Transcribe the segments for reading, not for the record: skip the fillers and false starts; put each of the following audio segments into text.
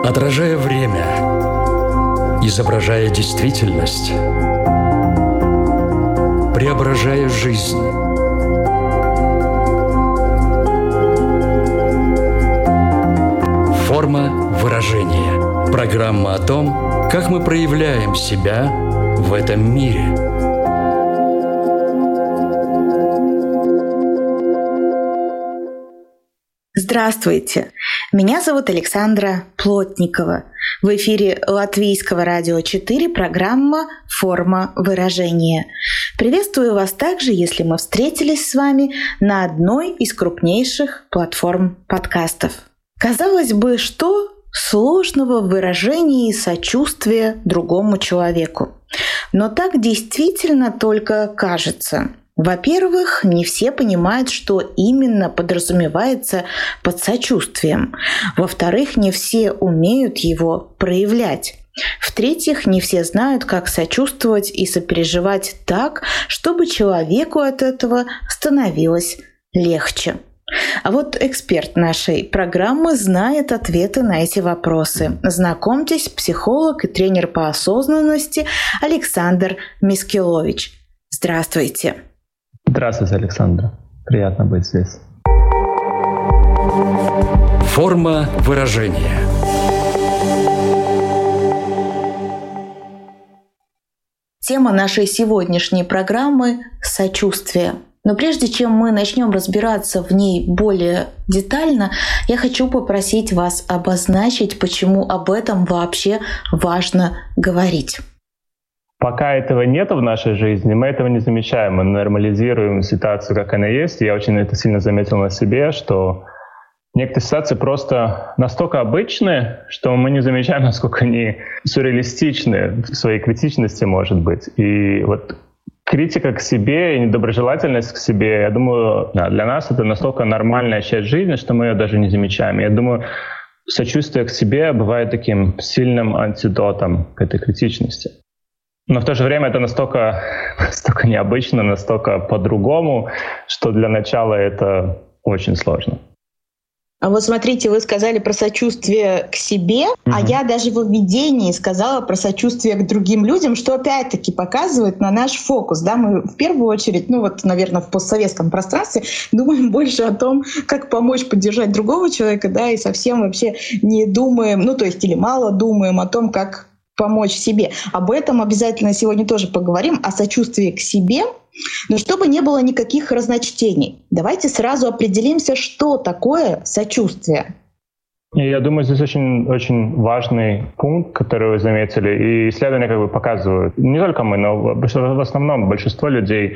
Отражая время, изображая действительность, преображая жизнь. Форма выражения. Программа о том, как мы проявляем себя в этом мире. Здравствуйте! Меня зовут Александра Плотникова. В эфире Латвийского радио 4 программа «Форма выражения». Приветствую вас также, если мы встретились с вами на одной из крупнейших платформ подкастов. Казалось бы, что сложного в выражении сочувствия другому человеку? Но так действительно только кажется. Во-первых, не все понимают, что именно подразумевается под сочувствием. Во-вторых, не все умеют его проявлять. В-третьих, не все знают, как сочувствовать и сопереживать так, чтобы человеку от этого становилось легче. А вот эксперт нашей программы знает ответы на эти вопросы. Знакомьтесь, психолог и тренер по осознанности Александр Мискелович. Здравствуйте. Здравствуйте, Александр. Приятно быть здесь. Форма выражения. Тема нашей сегодняшней программы – сочувствие. Но прежде чем мы начнем разбираться в ней более детально, я хочу попросить вас обозначить, почему об этом вообще важно говорить. Пока этого нет в нашей жизни, мы этого не замечаем, мы нормализируем ситуацию, как она есть. Я очень это сильно заметил на себе, что некоторые ситуации просто настолько обычные, что мы не замечаем, насколько они сюрреалистичны в своей критичности, может быть. И вот критика к себе и недоброжелательность к себе, я думаю, для нас это настолько нормальная часть жизни, что мы ее даже не замечаем. Я думаю, сочувствие к себе бывает таким сильным антидотом к этой критичности. Но в то же время это настолько необычно, настолько по-другому, что для начала это очень сложно. А вот смотрите, вы сказали про сочувствие к себе, а я даже в введении сказала про сочувствие к другим людям, что опять-таки показывает на наш фокус. Да? Мы в первую очередь, наверное, в постсоветском пространстве думаем больше о том, как помочь поддержать другого человека, да, и совсем вообще не думаем, или мало думаем о том, как помочь себе. Об этом обязательно сегодня тоже поговорим, о сочувствии к себе, но чтобы не было никаких разночтений. Давайте сразу определимся, что такое сочувствие. Я думаю, здесь очень, очень важный пункт, который вы заметили, и исследования показывают, не только мы, но в основном большинство людей,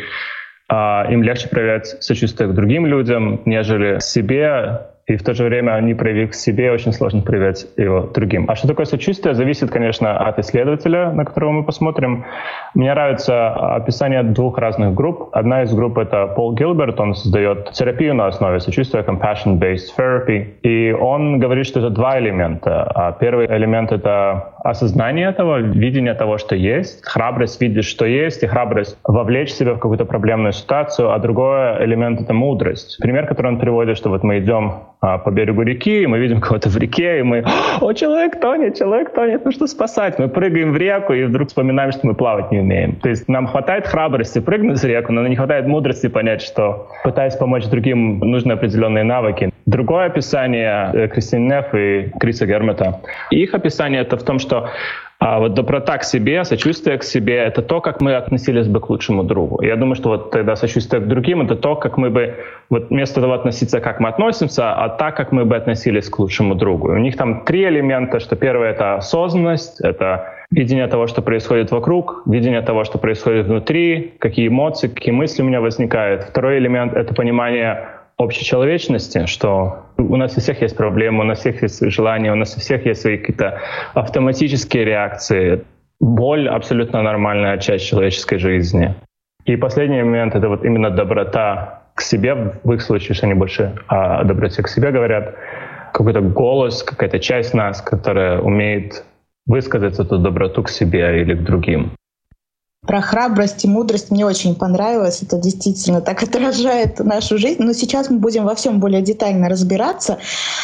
им легче проявлять сочувствие к другим людям, нежели к себе. И в то же время, они проявив к себе, очень сложно проявлять его другим. А что такое сочувствие, зависит, конечно, от исследователя, на которого мы посмотрим. Мне нравится описание двух разных групп. Одна из групп — это Пол Гилберт, он создает терапию на основе сочувствия, compassion-based therapy. И он говорит, что это два элемента. Первый элемент — это осознание этого, видение того, что есть, храбрость видеть, что есть, и храбрость вовлечь себя в какую-то проблемную ситуацию. А другой элемент — это мудрость. Пример, который он приводит, что вот мы идем по берегу реки, и мы видим кого-то в реке, и мы: «О, человек тонет, ну что спасать?» Мы прыгаем в реку, и вдруг вспоминаем, что мы плавать не умеем. То есть нам хватает храбрости прыгнуть в реку, но не хватает мудрости понять, что, пытаясь помочь другим, нужны определенные навыки. Другое описание Кристин Нефф и Криса Гермета. Их описание — это в том, что вот доброта к себе, сочувствие к себе — это то, как мы относились бы к лучшему другу. Я думаю, что вот тогда сочувствие к другим — это то, как мы бы, вот вместо того относиться, как мы относимся, а так, как мы бы относились к лучшему другу. И у них там три элемента, что первое — это осознанность, это видение того, что происходит вокруг, видение того, что происходит внутри, какие эмоции, какие мысли у меня возникают. Второй элемент — это понимание общечеловечности, что у нас у всех есть проблемы, у нас у всех есть свои желания, у нас у всех есть свои какие-то автоматические реакции. Боль — абсолютно нормальная часть человеческой жизни. И последний момент — это вот именно доброта к себе. В их случае, что они больше о доброте к себе говорят. Какой-то голос, какая-то часть нас, которая умеет высказать эту доброту к себе или к другим. Про храбрость и мудрость мне очень понравилось. Это действительно так отражает нашу жизнь. Но сейчас мы будем во всем более детально разбираться.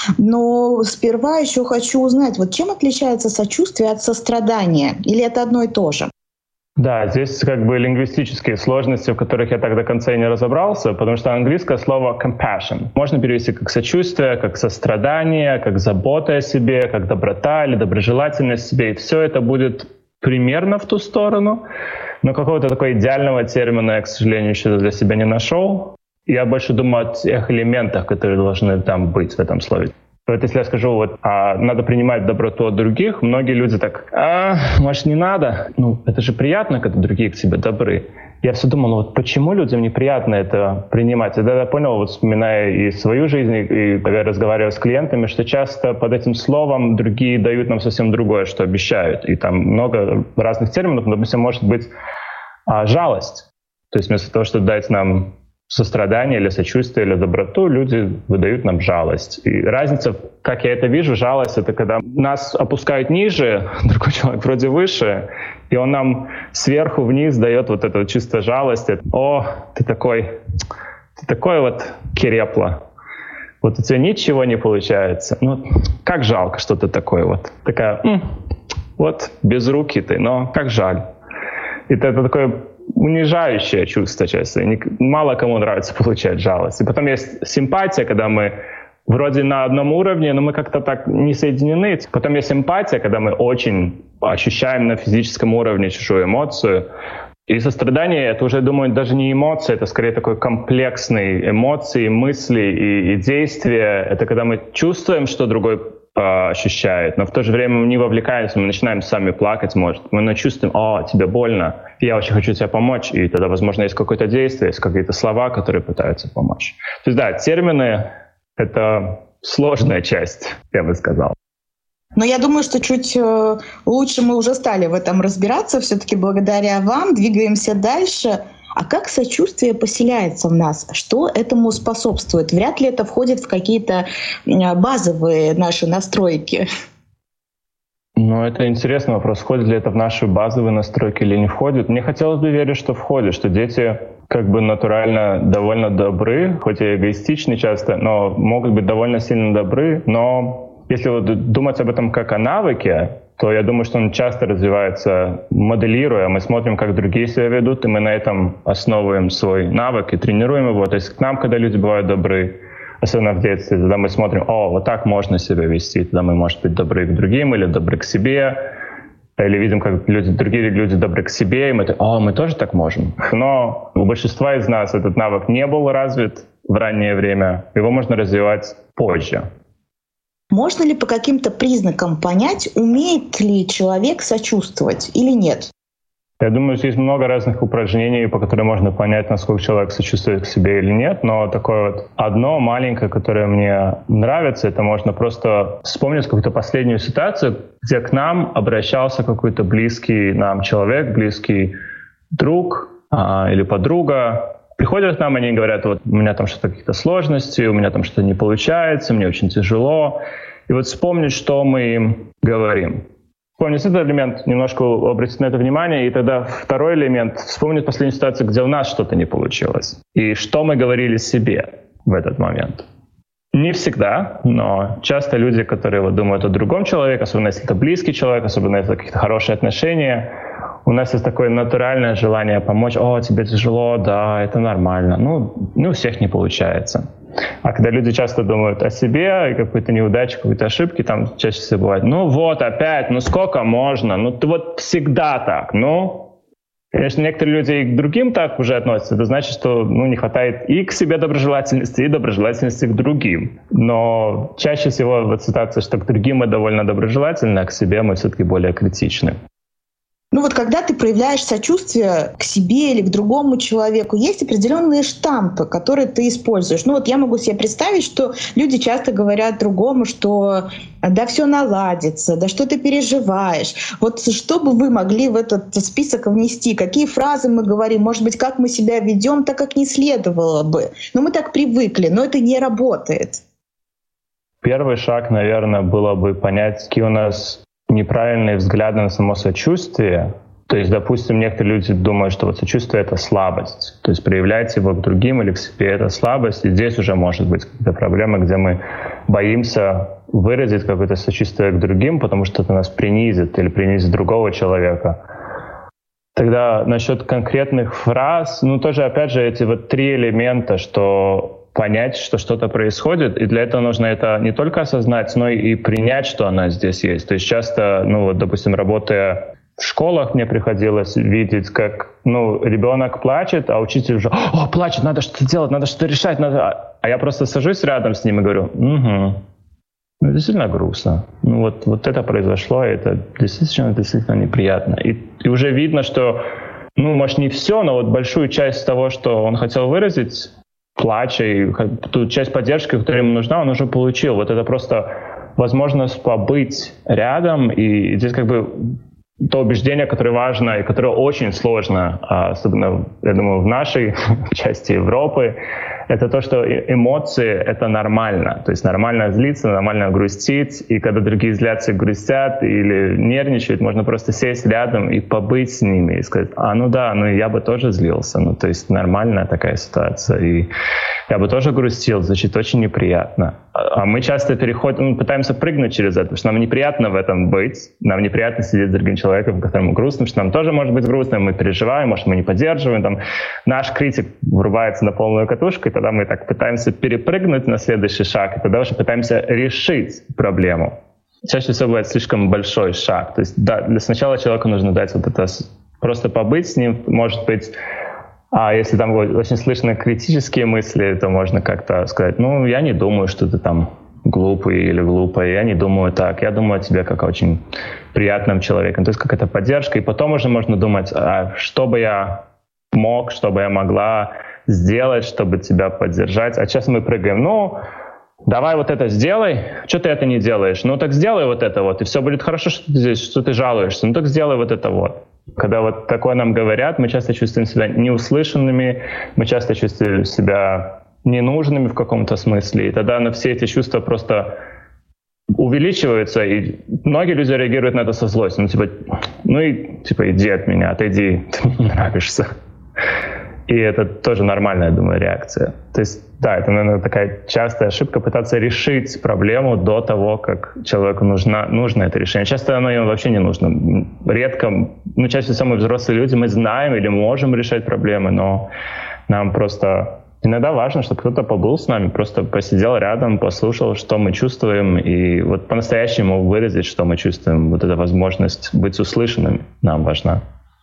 Но сперва еще хочу узнать, вот чем отличается сочувствие от сострадания? Или это одно и то же? Да, здесь как бы лингвистические сложности, в которых я так до конца и не разобрался, потому что английское слово compassion можно перевести как сочувствие, как сострадание, как забота о себе, как доброта или доброжелательность себе. И все это будет примерно в ту сторону, но какого-то такого идеального термина я, к сожалению, еще для себя не нашел. Я больше думаю о тех элементах, которые должны там быть в этом слове. Вот если я скажу, вот, надо принимать доброту от других, многие люди так, может, не надо? Ну, это же приятно, когда другие к тебе добры. Я все думал, вот почему людям неприятно это принимать? И тогда я понял, вот вспоминая и свою жизнь, и когда разговариваю с клиентами, что часто под этим словом другие дают нам совсем другое, что обещают. И там много разных терминов, но, допустим, может быть жалость. То есть вместо того, чтобы дать нам сострадание или сочувствие или доброту, люди выдают нам жалость. И разница, как я это вижу, жалость — это когда нас опускают ниже, другой человек вроде выше, и он нам сверху вниз дает вот это чувство жалости. О, ты такой вот кирепла. Вот у тебя ничего не получается. Ну, как жалко, что ты такой вот. Такая, вот, безрукий ты, но как жаль. И это такое унижающее чувство часто. Мало кому нравится получать жалость. И потом есть симпатия, когда мы вроде на одном уровне, но мы как-то так не соединены. Потом есть эмпатия, когда мы очень ощущаем на физическом уровне чужую эмоцию. И сострадание — это уже, думаю, даже не эмоции, это скорее такой комплексный эмоции, мысли и действия. Это когда мы чувствуем, что другой ощущает, но в то же время мы не вовлекаемся, мы начинаем сами плакать, может. Мы чувствуем, тебе больно, я очень хочу тебе помочь, и тогда, возможно, есть какое-то действие, есть какие-то слова, которые пытаются помочь. То есть, да, термины — это сложная часть, я бы сказал. Но я думаю, что чуть лучше мы уже стали в этом разбираться, все-таки благодаря вам. Двигаемся дальше. А как сочувствие поселяется в нас? Что этому способствует? Вряд ли это входит в какие-то базовые наши настройки. Ну, это интересный вопрос. Входит ли это в наши базовые настройки или не входит? Мне хотелось бы верить, что входит, что дети как бы натурально довольно добры, хоть и эгоистичны часто, но могут быть довольно сильно добры. Но если вот думать об этом как о навыке, то я думаю, что он часто развивается, моделируя. Мы смотрим, как другие себя ведут, и мы на этом основываем свой навык и тренируем его. То есть к нам, когда люди бывают добры, особенно в детстве, тогда мы смотрим, вот так можно себя вести, тогда мы, может быть, добры к другим или добры к себе. Или видим, как другие люди добры к себе, и мы мы тоже так можем. Но у большинства из нас этот навык не был развит в раннее время. Его можно развивать позже. Можно ли по каким-то признакам понять, умеет ли человек сочувствовать или нет? Я думаю, здесь много разных упражнений, по которым можно понять, насколько человек сочувствует к себе или нет. Но такое вот одно маленькое, которое мне нравится, это можно просто вспомнить какую-то последнюю ситуацию, где к нам обращался какой-то близкий нам человек, близкий друг или подруга. Приходят к нам, они говорят, вот у меня там что-то какие-то сложности, у меня там что-то не получается, мне очень тяжело. И вот вспомнить, что мы им говорим. Вспомнить этот элемент, немножко обратить на это внимание, и тогда второй элемент — вспомнить последнюю ситуацию, где у нас что-то не получилось. И что мы говорили себе в этот момент. Не всегда, но часто люди, которые вот думают о другом человеке, особенно если это близкий человек, особенно если это какие-то хорошие отношения, у нас есть такое натуральное желание помочь. Тебе тяжело, да, это нормально. Ну, у всех не получается. А когда люди часто думают о себе и какой-то неудаче, какой-то ошибке, там чаще всего бывает, опять, сколько можно? Ты вот всегда так, Конечно, некоторые люди и к другим так уже относятся. Это значит, что не хватает и к себе доброжелательности, и доброжелательности к другим. Но чаще всего вот ситуация, что к другим мы довольно доброжелательны, а к себе мы все-таки более критичны. Когда ты проявляешь сочувствие к себе или к другому человеку, есть определенные штампы, которые ты используешь. Я могу себе представить, что люди часто говорят другому, что да все наладится, да что ты переживаешь. Вот что бы вы могли в этот список внести? Какие фразы мы говорим? Может быть, как мы себя ведем, так как не следовало бы? Мы так привыкли, но это не работает. Первый шаг, наверное, было бы понять, какие у нас неправильные взгляды на само сочувствие. То есть, допустим, некоторые люди думают, что вот сочувствие — это слабость. То есть проявлять его к другим или к себе — это слабость. И здесь уже может быть какая-то проблема, где мы боимся выразить какое-то сочувствие к другим, потому что это нас принизит или принизит другого человека. Тогда насчет конкретных фраз, тоже, опять же, эти вот 3 элемента, что понять, что что-то происходит, и для этого нужно это не только осознать, но и принять, что она здесь есть. То есть часто, допустим, работая в школах, мне приходилось видеть, как ребенок плачет, а учитель уже плачет, надо что-то делать, надо что-то решать. А я просто сажусь рядом с ним и говорю, действительно грустно. Вот это произошло, и это действительно неприятно. И уже видно, что, может, не все, но вот большую часть того, что он хотел выразить, плача, и ту часть поддержки, которая ему нужна, он уже получил. Вот это просто возможность побыть рядом, и здесь то убеждение, которое важно и которое очень сложно, особенно, я думаю, в нашей части Европы, это то, что эмоции — это нормально. То есть нормально злиться, нормально грустить. И когда другие злятся и грустят или нервничают, можно просто сесть рядом и побыть с ними. И сказать, я бы тоже злился. То есть нормальная такая ситуация. И я бы тоже грустил, значит, очень неприятно. А мы часто пытаемся прыгнуть через это, потому что нам неприятно в этом быть. Нам неприятно сидеть с другим человеком, которому грустно, что нам тоже может быть грустно, мы переживаем, может, мы не поддерживаем. Наш критик врубается на полную катушку, и тогда мы так пытаемся перепрыгнуть на следующий шаг, и тогда уже пытаемся решить проблему. Чаще всего бывает слишком большой шаг. То есть для сначала человеку нужно дать просто побыть с ним, может быть. А если там очень слышны критические мысли, то можно как-то сказать, я не думаю, что ты там глупый или глупая, я не думаю так, я думаю о тебе как о очень приятном человеке. То есть какая-то поддержка, и потом уже можно думать, что бы я мог, что бы я могла сделать, чтобы тебя поддержать. А сейчас мы прыгаем, давай вот это сделай, что ты это не делаешь? Так сделай вот это вот, и все будет хорошо, что ты здесь, что ты жалуешься, так сделай вот это вот. Когда вот такое нам говорят, мы часто чувствуем себя неуслышанными, мы часто чувствуем себя ненужными в каком-то смысле, и тогда все эти чувства просто увеличиваются, и многие люди реагируют на это со злостью. Иди от меня, отойди, ты мне не нравишься. И это тоже нормальная, я думаю, реакция. То есть, да, это, наверное, такая частая ошибка — пытаться решить проблему до того, как человеку нужно это решение. Часто оно ему вообще не нужно. Редко, чаще всего мы взрослые люди, мы знаем или можем решать проблемы, но нам просто иногда важно, чтобы кто-то побыл с нами, просто посидел рядом, послушал, что мы чувствуем, и вот по-настоящему выразить, что мы чувствуем. Вот эта возможность быть услышанными нам важна.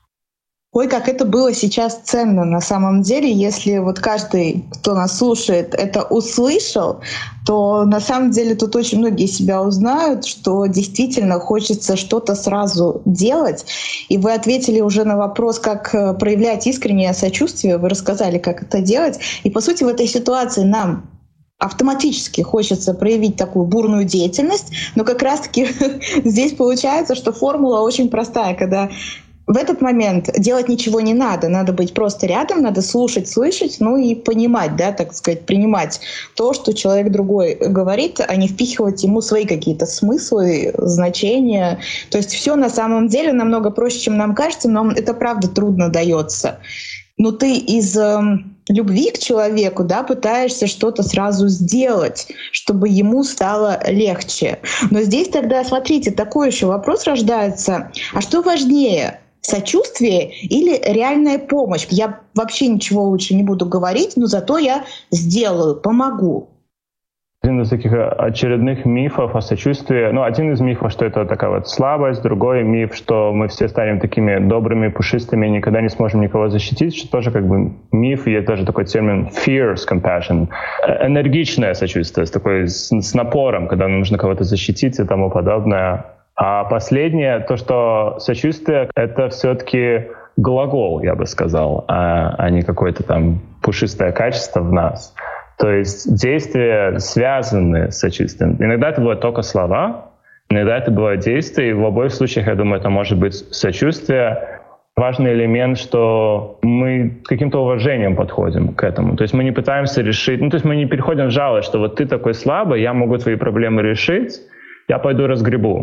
Ой, как это было сейчас ценно на самом деле. Если вот каждый, кто нас слушает, это услышал, то на самом деле тут очень многие себя узнают, что действительно хочется что-то сразу делать. И вы ответили уже на вопрос, как проявлять искреннее сочувствие. Вы рассказали, как это делать. И по сути в этой ситуации нам автоматически хочется проявить такую бурную деятельность, но как раз-таки здесь получается, что формула очень простая, когда в этот момент делать ничего не надо, надо быть просто рядом, надо слушать, слышать, и понимать, так сказать, принимать то, что человек другой говорит, а не впихивать ему свои какие-то смыслы, значения. То есть все на самом деле намного проще, чем нам кажется, но это правда трудно дается. Но ты из любви к человеку, пытаешься что-то сразу сделать, чтобы ему стало легче. Но здесь тогда, смотрите, такой еще вопрос рождается. А что важнее? Сочувствие или реальная помощь? Я вообще ничего лучше не буду говорить, но зато я сделаю, помогу. Один из таких очередных мифов о сочувствии, один из мифов, что это такая вот слабость, другой миф, что мы все станем такими добрыми, пушистыми, никогда не сможем никого защитить, что тоже миф, и тоже такой термин fierce compassion, энергичное сочувствие, с напором, когда нужно кого-то защитить и тому подобное. А последнее, то, что сочувствие — это все-таки глагол, я бы сказал, а не какое-то там пушистое качество в нас. То есть действия связаны с сочувствием. Иногда это бывают только слова, иногда это бывают действия, и в обоих случаях, я думаю, это может быть сочувствие. Важный элемент, что мы каким-то уважением подходим к этому. То есть мы не пытаемся решить, то есть мы не переходим в жалость, что вот ты такой слабый, я могу твои проблемы решить, я пойду разгребу.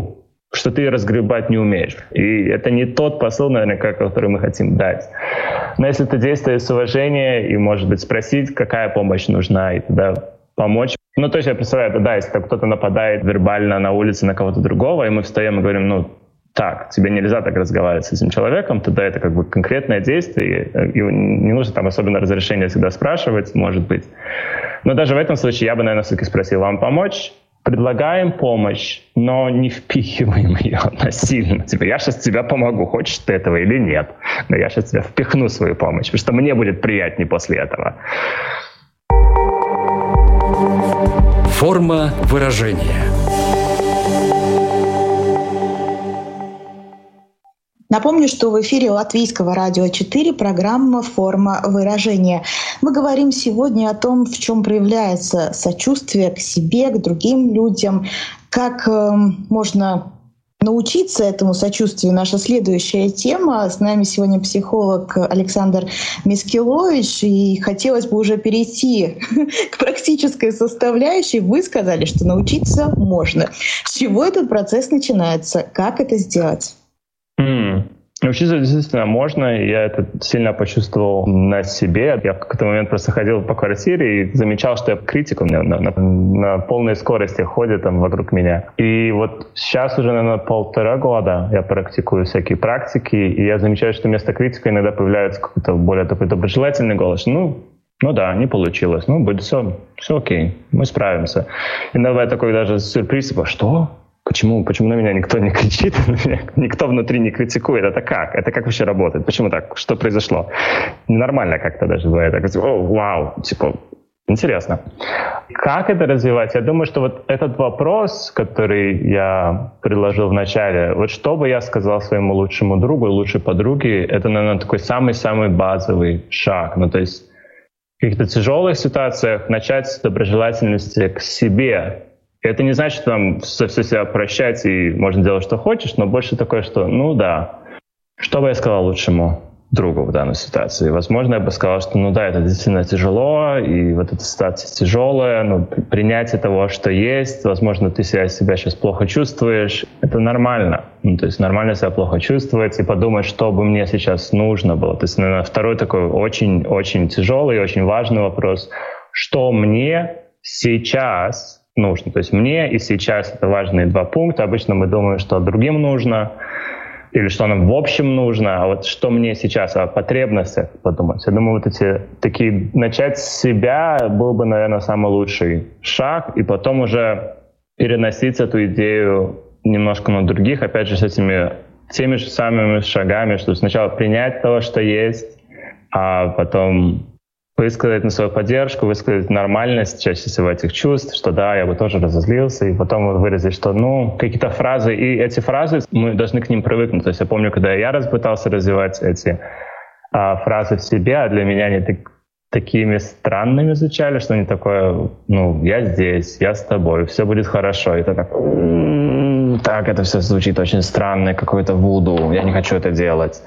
что ты разгребать не умеешь. И это не тот посыл, наверное, который мы хотим дать. Но если ты действуешь с уважением и, может быть, спросить, какая помощь нужна, и тогда помочь. Ну, то есть я представляю, да, если кто-то нападает вербально на улице на кого-то другого, и мы встаем и говорим, так, тебе нельзя так разговаривать с этим человеком, тогда это как бы конкретное действие, и не нужно там особенно разрешения всегда спрашивать, может быть. Но даже в этом случае я бы, наверное, все-таки спросил, вам помочь? Предлагаем помощь, но не впихиваем ее насильно. Я сейчас тебе помогу, хочешь ты этого или нет. Но я сейчас тебя впихну свою помощь, потому что мне будет приятнее после этого. Форма выражения. Напомню, что в эфире Латвийского радио 4 программа «Форма выражения». Мы говорим сегодня о том, в чем проявляется сочувствие к себе, к другим людям, как можно научиться этому сочувствию. Наша следующая тема. С нами сегодня психолог Александр Мискилович. И хотелось бы уже перейти к практической составляющей. Вы сказали, что научиться можно. С чего этот процесс начинается? Как это сделать? Учиться действительно можно, я это сильно почувствовал на себе. Я в какой-то момент просто ходил по квартире и замечал, что я критик у меня на полной скорости ходит там вокруг меня. И вот сейчас уже, наверное, 1,5 года я практикую всякие практики, и я замечаю, что вместо критика иногда появляется какой-то более такой доброжелательный голос. Ну да, не получилось, будет все окей, мы справимся. Иногда такой даже сюрприз, что? Почему на меня никто не кричит, никто внутри не критикует? Это как? Это как вообще работает? Почему так? Что произошло? Ненормально как-то даже бывает. Вау, интересно. Как это развивать? Я думаю, что вот этот вопрос, который я предложил в начале, вот что бы я сказал своему лучшему другу, лучшей подруге, это, наверное, такой самый-самый базовый шаг. То есть в каких-то тяжелых ситуациях начать с доброжелательности к себе. Это не значит, что там все себя прощать и можно делать, что хочешь, но больше такое, что, что бы я сказал лучшему другу в данной ситуации? Возможно, я бы сказал, что, это действительно тяжело, и вот эта ситуация тяжелая, принятие того, что есть, возможно, ты себя сейчас плохо чувствуешь, это нормально. То есть нормально себя плохо чувствовать и подумать, что бы мне сейчас нужно было. То есть, наверное, второй такой очень-очень тяжелый, очень важный вопрос, что мне сейчас нужно. То есть мне и сейчас это важные 2 пункта. Обычно мы думаем, что другим нужно или что нам в общем нужно, а вот что мне сейчас, о потребностях подумать. Я думаю, вот эти такие, начать с себя был бы, наверное, самый лучший шаг, и потом уже переносить эту идею немножко на других, опять же, с теми же самыми шагами, что сначала принять то, что есть, а потом высказать на свою поддержку, высказать нормальность чаще всего этих чувств, что да, я бы тоже разозлился, и потом выразить, что какие-то фразы, и эти фразы, мы должны к ним привыкнуть. То есть я помню, когда я пытался развивать эти фразы в себе, а для меня они такими странными звучали, что они такое, я здесь, я с тобой, все будет хорошо. И это так, это все звучит очень странно, какой-то вуду, я не хочу это делать.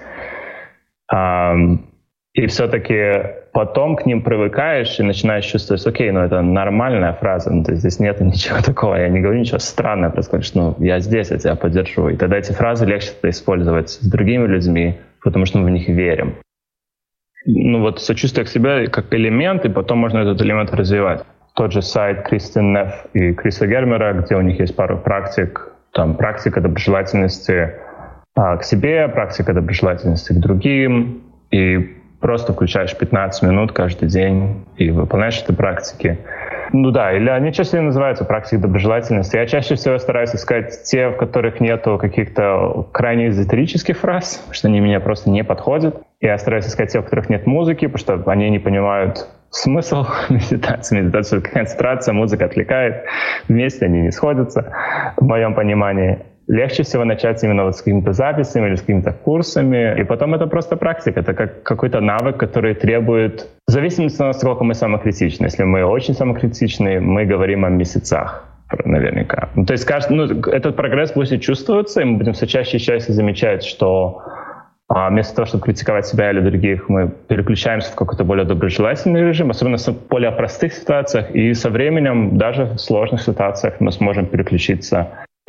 И все-таки потом к ним привыкаешь и начинаешь чувствовать, окей, это нормальная фраза, то есть здесь нет ничего такого, я не говорю ничего странного, просто говорю, я здесь, я тебя поддержу. И тогда эти фразы легче использовать с другими людьми, потому что мы в них верим. Сочувствие к себе как элемент, и потом можно этот элемент развивать. Тот же сайт Кристин Нефф и Криса Гермера, где у них есть пару практик, там практика доброжелательности к себе, практика доброжелательности к другим, и просто включаешь 15 минут каждый день и выполняешь эти практики. Или они чаще называются практики доброжелательности. Я чаще всего стараюсь искать те, в которых нету каких-то крайне эзотерических фраз, потому что они мне просто не подходят. Я стараюсь искать те, в которых нет музыки, потому что они не понимают смысл медитации. Медитация — это концентрация, музыка отвлекает. Вместе они не сходятся, в моем понимании. Легче всего начать именно с какими-то записями или с какими-то курсами. И потом это просто практика. Это как какой-то навык, который требует... В зависимости от того, насколько мы самокритичны. Если мы очень самокритичны, мы говорим о месяцах наверняка. То есть этот прогресс будет чувствоваться, и мы будем все чаще и чаще замечать, что вместо того, чтобы критиковать себя или других, мы переключаемся в какой-то более доброжелательный режим, особенно в более простых ситуациях. И со временем, даже в сложных ситуациях, мы сможем переключиться в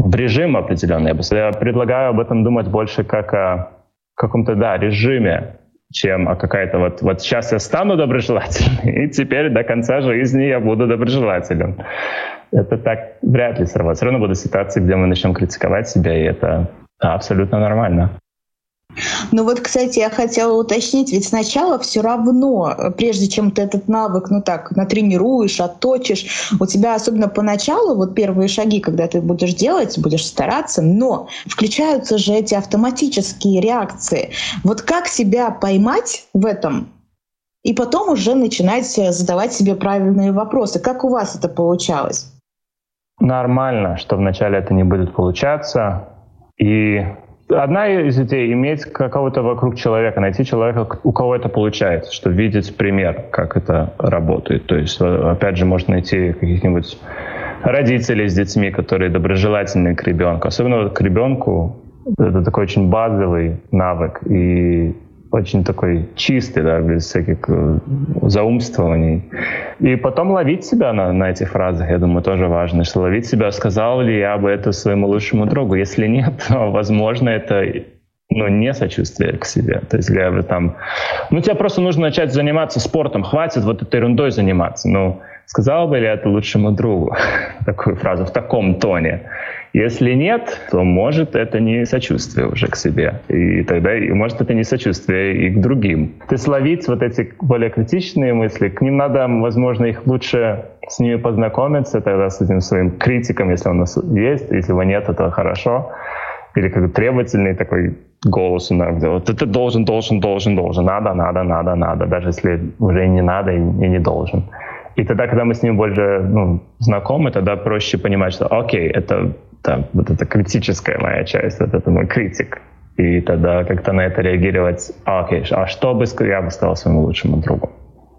в режим определенный. Я предлагаю об этом думать больше как о каком-то, режиме, чем о какая-то вот сейчас я стану доброжелательным, и теперь до конца жизни я буду доброжелателен. Это так вряд ли сработает. Все равно будут ситуации, где мы начнем критиковать себя, и это абсолютно нормально. Ну вот, кстати, я хотела уточнить, ведь сначала все равно, прежде чем ты этот навык, натренируешь, отточишь, у тебя, особенно поначалу, вот первые шаги, когда ты будешь делать, будешь стараться, но включаются же эти автоматические реакции. Вот как себя поймать в этом и потом уже начинать задавать себе правильные вопросы? Как у вас это получалось? Нормально, что вначале это не будет получаться, и одна из идей — иметь какого-то вокруг человека, найти человека, у кого это получается, чтобы видеть пример, как это работает. То есть, опять же, можно найти каких-нибудь родителей с детьми, которые доброжелательны к ребенку. Особенно к ребенку это такой очень базовый навык и очень такой чистый, без всяких заумствований. И потом ловить себя на этих фразах, я думаю, тоже важно. Что ловить себя, сказал ли я бы это своему лучшему другу. Если нет, то, возможно, это не сочувствие к себе. То есть я бы тебе просто нужно начать заниматься спортом, хватит вот этой ерундой заниматься. Сказал бы ли это лучшему другу? Такую фразу в таком тоне. Если нет, то может это не сочувствие уже к себе. И тогда может это не сочувствие и к другим. То есть ловить вот эти более критичные мысли, к ним надо, возможно, их лучше с ними познакомиться, тогда с этим своим критиком, если он у нас есть, если его нет, это хорошо. Или как требовательный такой голос иногда. Вот это должен, надо, даже если уже и не надо, и не должен. И тогда, когда мы с ним больше знакомы, тогда проще понимать, что окей, это вот эта критическая моя часть, вот это мой критик. И тогда как-то на это реагировать, окей, а что бы я бы сказал своему лучшему другу?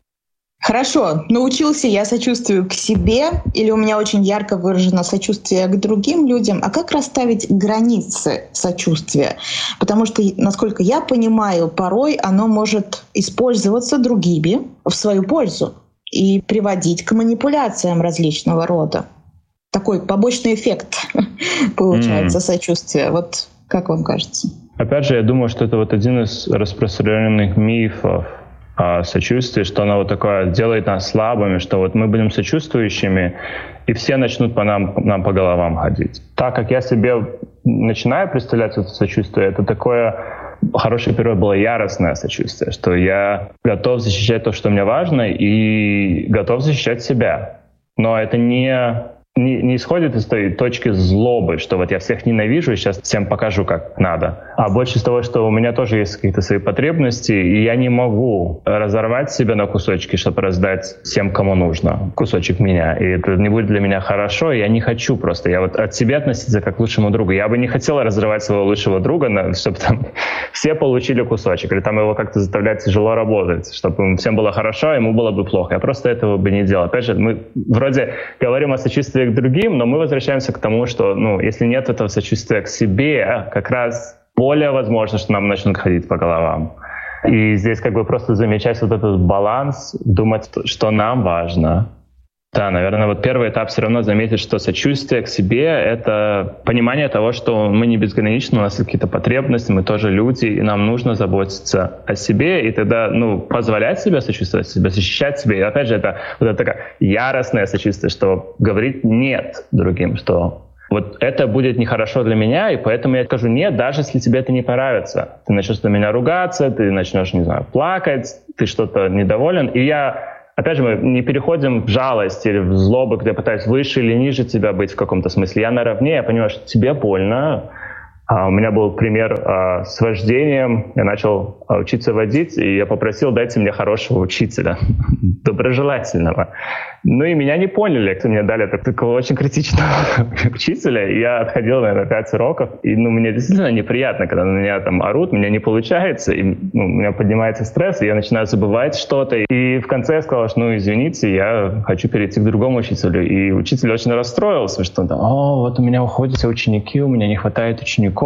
Хорошо, научился я сочувствию к себе, или у меня очень ярко выражено сочувствие к другим людям. А как расставить границы сочувствия? Потому что, насколько я понимаю, порой оно может использоваться другими в свою пользу и приводить к манипуляциям различного рода. Такой побочный эффект получается сочувствия. Вот как вам кажется? Опять же, я думаю, что это один из распространенных мифов о сочувствии, что оно такое делает нас слабыми, что мы будем сочувствующими, и все начнут нам по головам ходить. Так как я себе начинаю представлять это сочувствие, это такое хороший период было яростное сочувствие, что я готов защищать то, что мне важно, и готов защищать себя. Но это не исходит из той точки злобы, что я всех ненавижу и сейчас всем покажу, как надо. А больше из того, что у меня тоже есть какие-то свои потребности, и я не могу разорвать себя на кусочки, чтобы раздать всем, кому нужно, кусочек меня. И это не будет для меня хорошо, и я не хочу просто. Я от себя относиться как к лучшему другу. Я бы не хотел разрывать своего лучшего друга, чтобы все получили кусочек, или его как-то заставлять тяжело работать, чтобы всем было хорошо, а ему было бы плохо. Я просто этого бы не делал. Опять же, мы вроде говорим о сочувствии к другим, но мы возвращаемся к тому, что если нет этого сочувствия к себе, как раз более возможно, что нам начнут ходить по головам. И здесь просто замечать вот этот баланс, думать, что нам важно. Да, наверное, первый этап все равно заметить, что сочувствие к себе — это понимание того, что мы не безграничны, у нас какие-то потребности, мы тоже люди, и нам нужно заботиться о себе, и тогда, позволять себе сочувствовать себе, защищать себя. И опять же, это такое яростное сочувствие, что говорить «нет» другим, что это будет нехорошо для меня, и поэтому я скажу «нет», даже если тебе это не понравится. Ты начнешь на меня ругаться, ты начнешь, плакать, ты что-то недоволен, и опять же, мы не переходим в жалость или в злобу, где я пытаюсь выше или ниже тебя быть в каком-то смысле. Я наравне, я понимаю, что тебе больно. У меня был пример с вождением. Я начал учиться водить, и я попросил: дайте мне хорошего учителя, доброжелательного. И меня не поняли, кто мне дали такого очень критичного учителя. И я отходил, наверное, 5 уроков. И мне действительно неприятно, когда на меня орут, у меня не получается, и у меня поднимается стресс, и я начинаю забывать что-то. И в конце я сказал, что извините, я хочу перейти к другому учителю. И учитель очень расстроился, что у меня уходят все ученики, у меня не хватает учеников.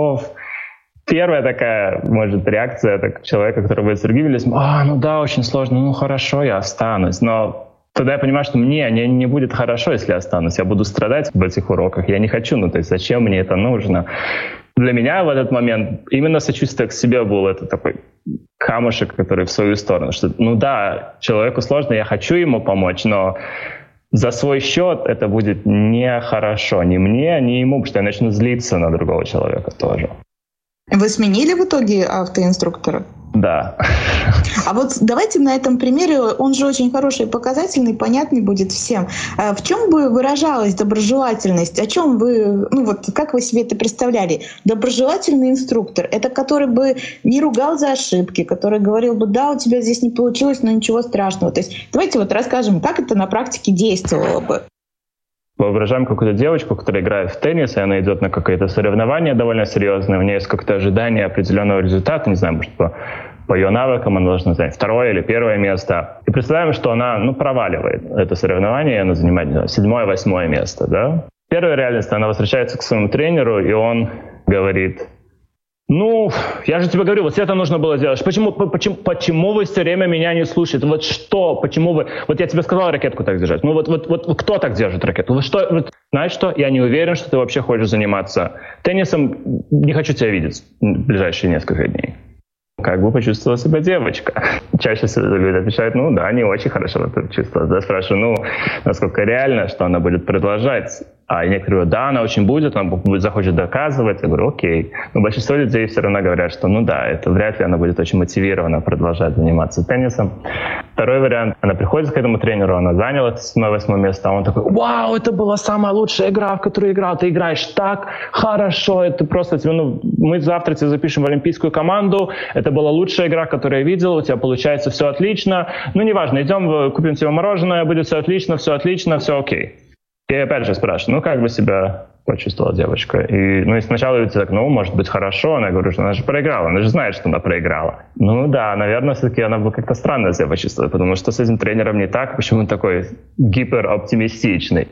Первая такая, может, реакция человека, который будет с другими людьми: да, очень сложно, хорошо, я останусь. Но тогда я понимаю, что мне не будет хорошо, если я останусь. Я буду страдать в этих уроках. Я не хочу, то есть зачем мне это нужно? Для меня в этот момент именно сочувствие к себе было это такой камушек, который в свою сторону. Что, человеку сложно, я хочу ему помочь, но за свой счет это будет нехорошо ни мне, ни ему, потому что я начну злиться на другого человека тоже. Вы сменили в итоге автоинструктора? Да. А вот давайте на этом примере, он же очень хороший, показательный, понятный будет всем. В чем бы выражалась доброжелательность? О чем вы, как вы себе это представляли? Доброжелательный инструктор — это который бы не ругал за ошибки, который говорил бы: да, у тебя здесь не получилось, но ничего страшного. То есть давайте расскажем, как это на практике действовало бы. Воображаем какую-то девочку, которая играет в теннис, и она идет на какое-то соревнование довольно серьезное, у нее есть какое-то ожидание определенного результата, не знаю, может, по ее навыкам она должна занять 2-е или 1-е место. И представляем, что она проваливает это соревнование, и она занимает 7-е, 8-е место. Да? Первая реальность, она возвращается к своему тренеру, и он говорит: я же тебе говорю, вот это нужно было сделать. Почему вы все время меня не слушаете? Вот что? Почему вы... Вот я тебе сказал ракетку так держать. Вот кто так держит ракетку? Знаешь что? Я не уверен, что ты вообще хочешь заниматься теннисом. Не хочу тебя видеть в ближайшие несколько дней. Как бы почувствовала себя девочка? Чаще всего люди отвечают: не очень хорошо это чувствовала. Я спрашиваю, насколько реально, что она будет продолжать? А некоторые говорят: да, она очень будет, она захочет доказывать. Я говорю: окей. Но большинство людей все равно говорят, что это вряд ли она будет очень мотивирована продолжать заниматься теннисом. Второй вариант: она приходит к этому тренеру, она заняла 7-8 место, а он такой: вау, это была самая лучшая игра, в которую играл, ты играешь так хорошо, это просто, мы завтра тебя запишем в олимпийскую команду, это была лучшая игра, которую я видел, у тебя получается все отлично, неважно, идем, купим тебе мороженое, будет все отлично, все окей. И опять же спрашиваю: как бы себя почувствовала девочка? И сначала люди так: может быть, хорошо. Она говорит, что она же проиграла, она же знает, что она проиграла. Наверное, все-таки она бы как-то странно себя почувствовала, потому что с этим тренером не так, почему он такой гипероптимистичный.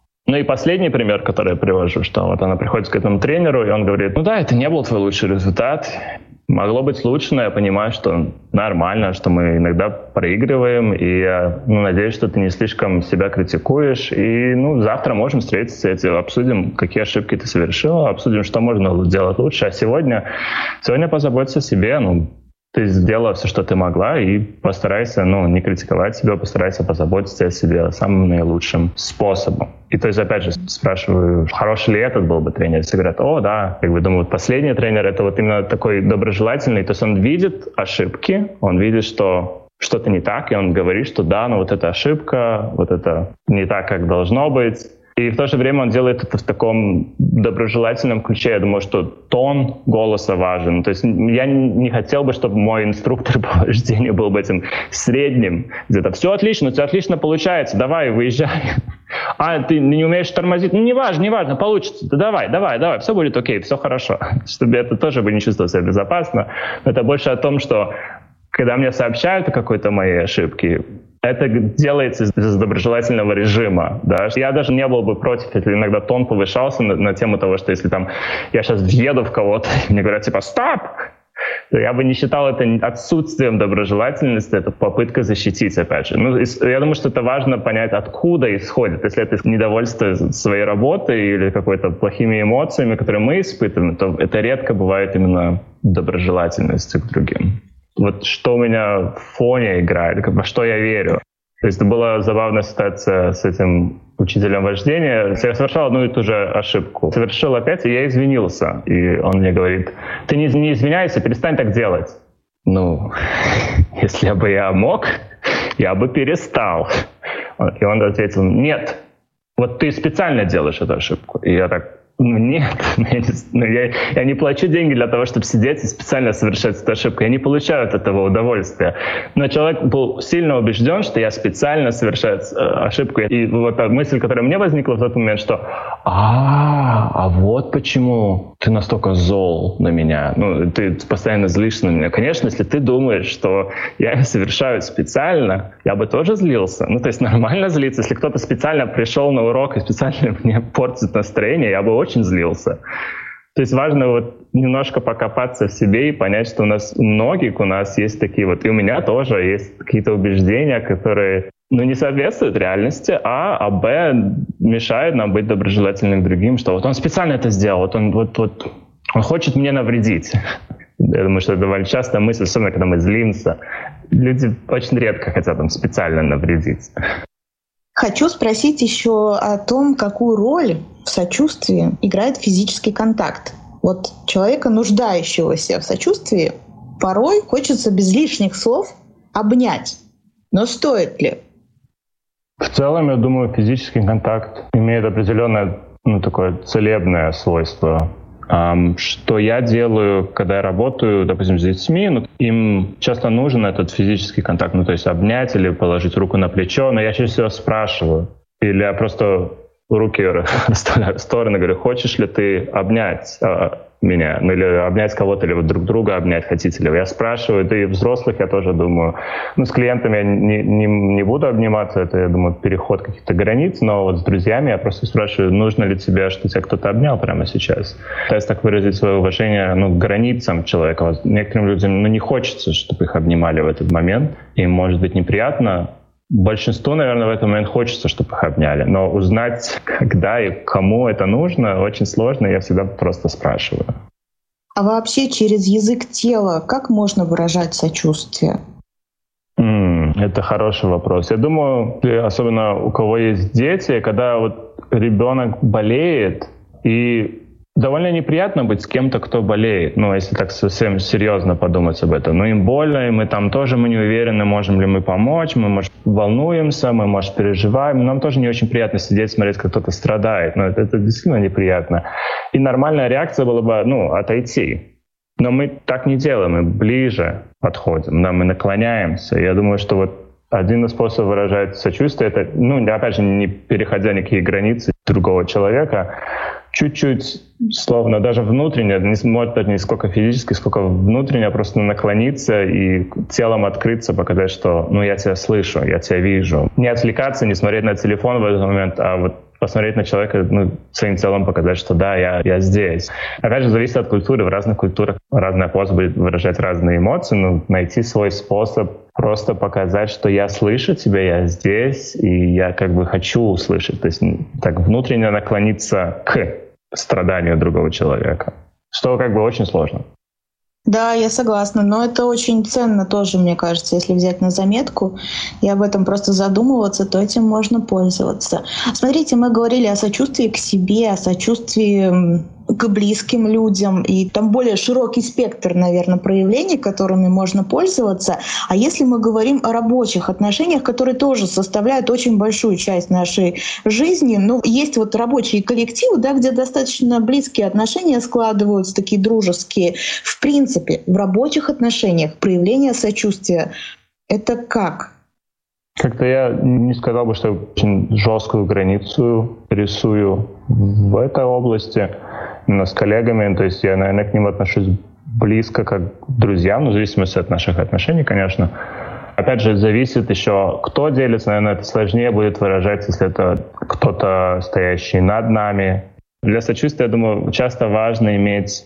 И последний пример, который я привожу, что она приходит к этому тренеру, и он говорит: это не был твой лучший результат. Могло быть лучше, но я понимаю, что нормально, что мы иногда проигрываем, и я надеюсь, что ты не слишком себя критикуешь, и завтра можем встретиться, обсудим, какие ошибки ты совершила, обсудим, что можно сделать лучше, а сегодня позаботься о себе, ты сделала все, что ты могла, и постарайся, не критиковать себя, постарайся позаботиться о себе самым наилучшим способом. И то есть, опять же, спрашиваю, хороший ли этот был бы тренер? Все говорят: да. Думаю, последний тренер — это именно такой доброжелательный, то есть он видит ошибки, он видит, что что-то не так, и он говорит, что да, эта ошибка, это не так, как должно быть. И в то же время он делает это в таком доброжелательном ключе. Я думаю, что тон голоса важен. То есть я не хотел бы, чтобы мой инструктор по вождению был бы этим средним. Где-то: все отлично, у тебя отлично получается, давай, выезжай. А ты не умеешь тормозить? Неважно, получится. Да давай, все будет окей, все хорошо. Чтобы это тоже бы не чувствовал себя безопасно. Но это больше о том, что когда мне сообщают о какой-то моей ошибке, это делается из доброжелательного режима. Да? Я даже не был бы против, если иногда тон повышался на тему того, что если я сейчас въеду в кого-то, и мне говорят «стоп!», то я бы не считал это отсутствием доброжелательности, это попытка защитить, опять же. Я думаю, что это важно понять, откуда исходит. Если это недовольство своей работой или какой-то плохими эмоциями, которые мы испытываем, то это редко бывает именно доброжелательностью к другим. Что у меня в фоне играет, во что я верю. То есть это была забавная ситуация с этим учителем вождения. Я совершал одну и ту же ошибку. Совершил опять, и я извинился. И он мне говорит: ты не извиняйся, перестань так делать. Если бы я мог, я бы перестал. И он ответил: нет, ты специально делаешь эту ошибку. И я так: нет, я не плачу деньги для того, чтобы сидеть и специально совершать эту ошибку. Я не получаю от этого удовольствия. Но человек был сильно убежден, что я специально совершаю ошибку. И та мысль, которая мне возникла в тот момент, что вот почему ты настолько зол на меня. Ты постоянно злишься на меня. Конечно, если ты думаешь, что я совершаю специально, я бы тоже злился. То есть нормально злиться. Если кто-то специально пришел на урок и специально мне портит настроение, я бы очень злился. То есть важно немножко покопаться в себе и понять, что у нас есть такие и у меня тоже есть какие-то убеждения, которые не соответствует реальности, а б, мешает нам быть доброжелательными к другим, что вот он специально это сделал, он хочет мне навредить. Я думаю, что это довольно частая мысль, особенно когда мы злимся. Люди очень редко хотят им специально навредить. Хочу спросить еще о том, какую роль в сочувствии играет физический контакт. Вот человека, нуждающегося в сочувствии, порой хочется без лишних слов обнять. Но стоит ли? В целом, я думаю, физический контакт имеет определенное такое целебное свойство. Что я делаю, когда я работаю, допустим, с детьми, им часто нужен этот физический контакт, то есть обнять или положить руку на плечо, но я чаще всего спрашиваю. Или я просто руки расставляю в стороны, говорю, хочешь ли ты обнять меня, или обнять кого-то, или друг друга обнять хотите ли вы. Я спрашиваю, да и взрослых я тоже думаю. С клиентами я не буду обниматься, это, я думаю, переход каких-то границ, но вот с друзьями я просто спрашиваю, нужно ли тебе, что тебя кто-то обнял прямо сейчас. Пытаюсь так выразить свое уважение к границам человека. Некоторым людям не хочется, чтобы их обнимали в этот момент, им может быть неприятно. Большинству, наверное, в этот момент хочется, чтобы их обняли. Но узнать, когда и кому это нужно, очень сложно. Я всегда просто спрашиваю. А вообще через язык тела как можно выражать сочувствие? Это хороший вопрос. Я думаю, особенно у кого есть дети, когда ребенок болеет, и довольно неприятно быть с кем-то, кто болеет. Если так совсем серьезно подумать об этом. Им больно, и мы не уверены, можем ли мы помочь, мы, может, волнуемся, мы, может, переживаем. Нам тоже не очень приятно сидеть, смотреть, как кто-то страдает. Это действительно неприятно. И нормальная реакция была бы, отойти. Но мы так не делаем, мы ближе подходим, мы наклоняемся. Я думаю, что один из способов выражать сочувствие, это, опять же, не переходя никакие границы другого человека, чуть-чуть, словно даже внутренне, может быть, не сколько физически, сколько внутренне, просто наклониться и телом открыться, показать, что я тебя слышу, я тебя вижу. Не отвлекаться, не смотреть на телефон в этот момент, а посмотреть на человека, своим телом показать, что да, я здесь. Опять же, зависит от культуры. В разных культурах разная поза будет выражать разные эмоции, найти свой способ просто показать, что я слышу тебя, я здесь, и я хочу услышать. То есть так внутренне наклониться к страданию другого человека, что очень сложно. Да, я согласна, но это очень ценно тоже, мне кажется, если взять на заметку и об этом просто задумываться, то этим можно пользоваться. Смотрите, мы говорили о сочувствии к себе, о сочувствии к близким людям, и там более широкий спектр, наверное, проявлений, которыми можно пользоваться. А если мы говорим о рабочих отношениях, которые тоже составляют очень большую часть нашей жизни, есть рабочие коллективы, где достаточно близкие отношения складываются, такие дружеские. В принципе, в рабочих отношениях проявление сочувствия — это как? Как-то я не сказал бы, что я очень жесткую границу рисую в этой области, но с коллегами, то есть я, наверное, к ним отношусь близко, как к друзьям, в зависимости от наших отношений, конечно. Опять же, зависит еще, кто делится, наверное, это сложнее будет выражать, если это кто-то, стоящий над нами. Для сочувствия, я думаю, часто важно иметь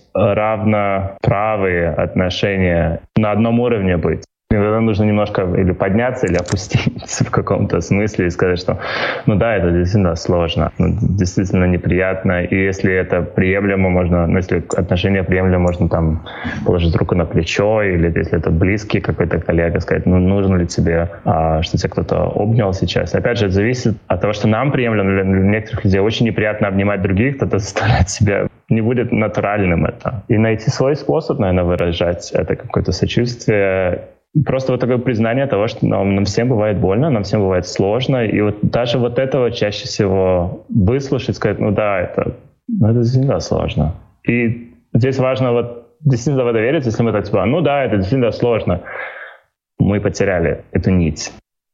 равноправые отношения, на одном уровне быть. Иногда нужно немножко или подняться, или опуститься в каком-то смысле и сказать, что это действительно сложно, действительно неприятно. И если это приемлемо, можно, если отношения приемлемо, можно положить руку на плечо, или если это близкий какой-то коллега, сказать, нужно ли тебе, что тебя кто-то обнял сейчас. Опять же, это зависит от того, что нам приемлемо. Для некоторых людей очень неприятно обнимать других, кто-то заставляет себя, не будет натуральным это. И найти свой способ, наверное, выражать это какое-то сочувствие. Просто такое признание того, что нам всем бывает больно, нам всем бывает сложно. И даже этого чаще всего выслушать, сказать, это действительно сложно. И здесь важно действительно в это верить, если мы это действительно сложно. Мы потеряли эту нить.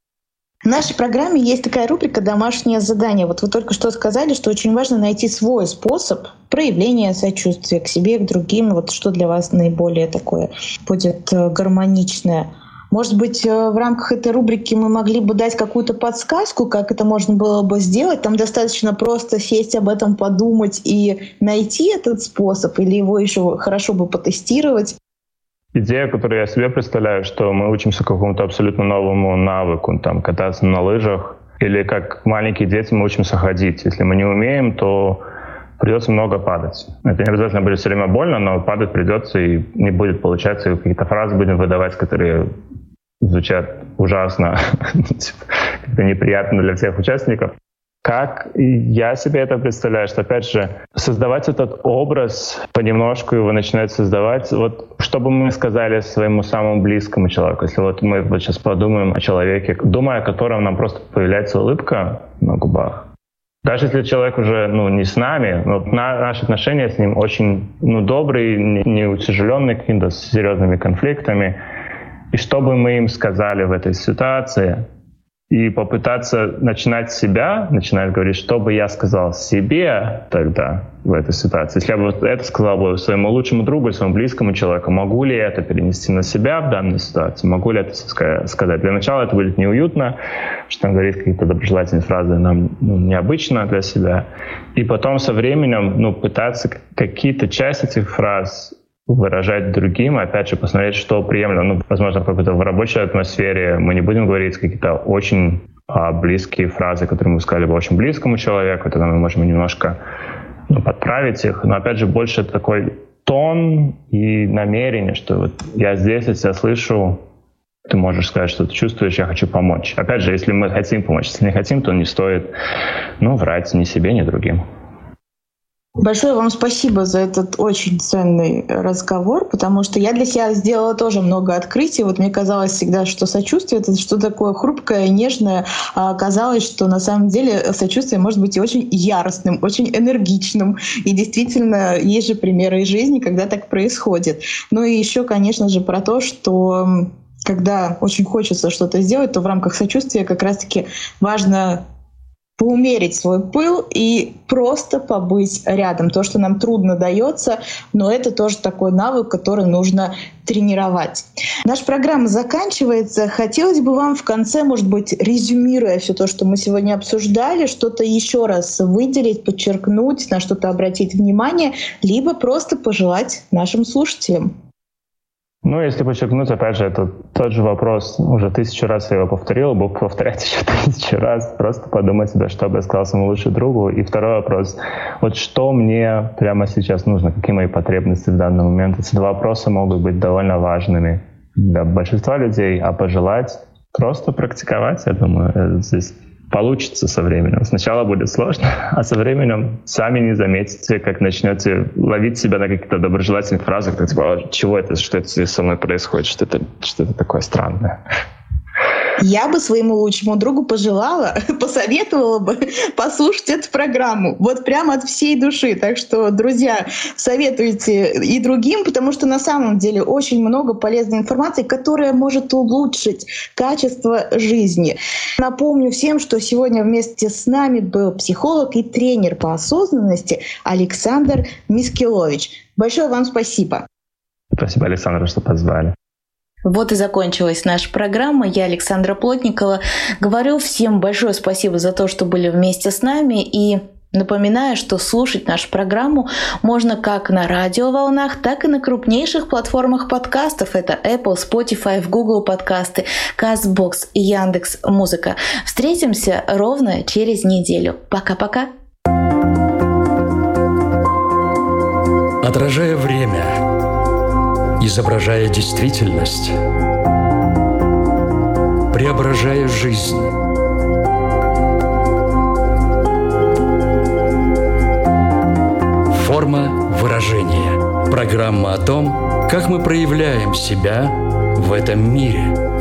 В нашей программе есть такая рубрика «Домашнее задание». Вы только что сказали, что очень важно найти свой способ проявления сочувствия к себе и к другим. Что для вас наиболее такое будет гармоничное? Может быть, в рамках этой рубрики мы могли бы дать какую-то подсказку, как это можно было бы сделать? Там достаточно просто сесть об этом, подумать и найти этот способ, или его еще хорошо бы потестировать? идея, которую я себе представляю, что мы учимся какому-то абсолютно новому навыку, там, кататься на лыжах, или как маленькие дети мы учимся ходить. Если мы не умеем, то придется много падать. Это не обязательно будет все время больно, но падать придется, и не будет получаться, и какие-то фразы будем выдавать, которые звучат ужасно, как-то неприятно для всех участников. Как я себе это представляю, что, опять же, создавать этот образ, понемножку его начинать создавать, вот что бы мы сказали своему самому близкому человеку, если вот мы вот сейчас подумаем о человеке, думая о котором нам просто появляется улыбка на губах. Даже если человек уже не с нами, но наши отношения с ним очень добрые, не утяжеленные какими-то серьезными конфликтами, и что бы мы им сказали в этой ситуации, и попытаться начинать говорить, что бы я сказал себе тогда в этой ситуации. Если я бы это сказал бы своему лучшему другу, своему близкому человеку, могу ли я это перенести на себя в данной ситуации, могу ли это сказать. Для начала это будет неуютно, что там говорить какие-то доброжелательные фразы нам необычно для себя. И потом со временем пытаться какие-то части этих фраз выражать другим, опять же, посмотреть, что приемлемо. Возможно, в рабочей атмосфере мы не будем говорить какие-то очень близкие фразы, которые мы сказали бы очень близкому человеку, тогда мы можем немножко подправить их. Но, опять же, больше такой тон и намерение, что вот я здесь, я тебя слышу, ты можешь сказать, что ты чувствуешь, я хочу помочь. Опять же, если мы хотим помочь, если не хотим, то не стоит врать ни себе, ни другим. Большое вам спасибо за этот очень ценный разговор, потому что я для себя сделала тоже много открытий. Вот мне казалось всегда, что сочувствие — это что-то такое хрупкое, нежное, а оказалось, что на самом деле сочувствие может быть и очень яростным, очень энергичным. И действительно, есть же примеры из жизни, когда так происходит. Ну и еще, конечно же, про то, что когда очень хочется что-то сделать, то в рамках сочувствия как раз-таки важно поумерить свой пыл и просто побыть рядом. То, что нам трудно дается, но это тоже такой навык, который нужно тренировать. Наша программа заканчивается. Хотелось бы вам в конце, может быть, резюмируя все то, что мы сегодня обсуждали, что-то еще раз выделить, подчеркнуть, на что-то обратить внимание, либо просто пожелать нашим слушателям. Если подчеркнуть, опять же, это тот же вопрос, уже 1000 раз я его повторил, буду повторять еще 1000 раз, просто подумать себе, что бы я сказал своему лучшему другу. И второй вопрос, вот что мне прямо сейчас нужно, какие мои потребности в данный момент. Эти два вопроса могут быть довольно важными для большинства людей, а пожелать просто практиковать, я думаю, здесь получится со временем. Сначала будет сложно, а со временем сами не заметите, как начнете ловить себя на каких-то доброжелательных фразах, как типа, чего это, что это здесь со мной происходит, что это такое странное. Я бы своему лучшему другу посоветовала бы послушать эту программу. Вот прямо от всей души. Так что, друзья, советуйте и другим, потому что на самом деле очень много полезной информации, которая может улучшить качество жизни. Напомню всем, что сегодня вместе с нами был психолог и тренер по осознанности Александр Мискелович. Большое вам спасибо. Спасибо, Александр, что позвали. Вот и закончилась наша программа. Я, Александра Плотникова, говорю всем большое спасибо за то, что были вместе с нами. И напоминаю, что слушать нашу программу можно как на радиоволнах, так и на крупнейших платформах подкастов. Это Apple, Spotify, Google подкасты, CastBox и Яндекс.Музыка. Встретимся ровно через неделю. Пока-пока. Отражая время, изображая действительность, преображая жизнь. Форма выражения. Программа о том, как мы проявляем себя в этом мире.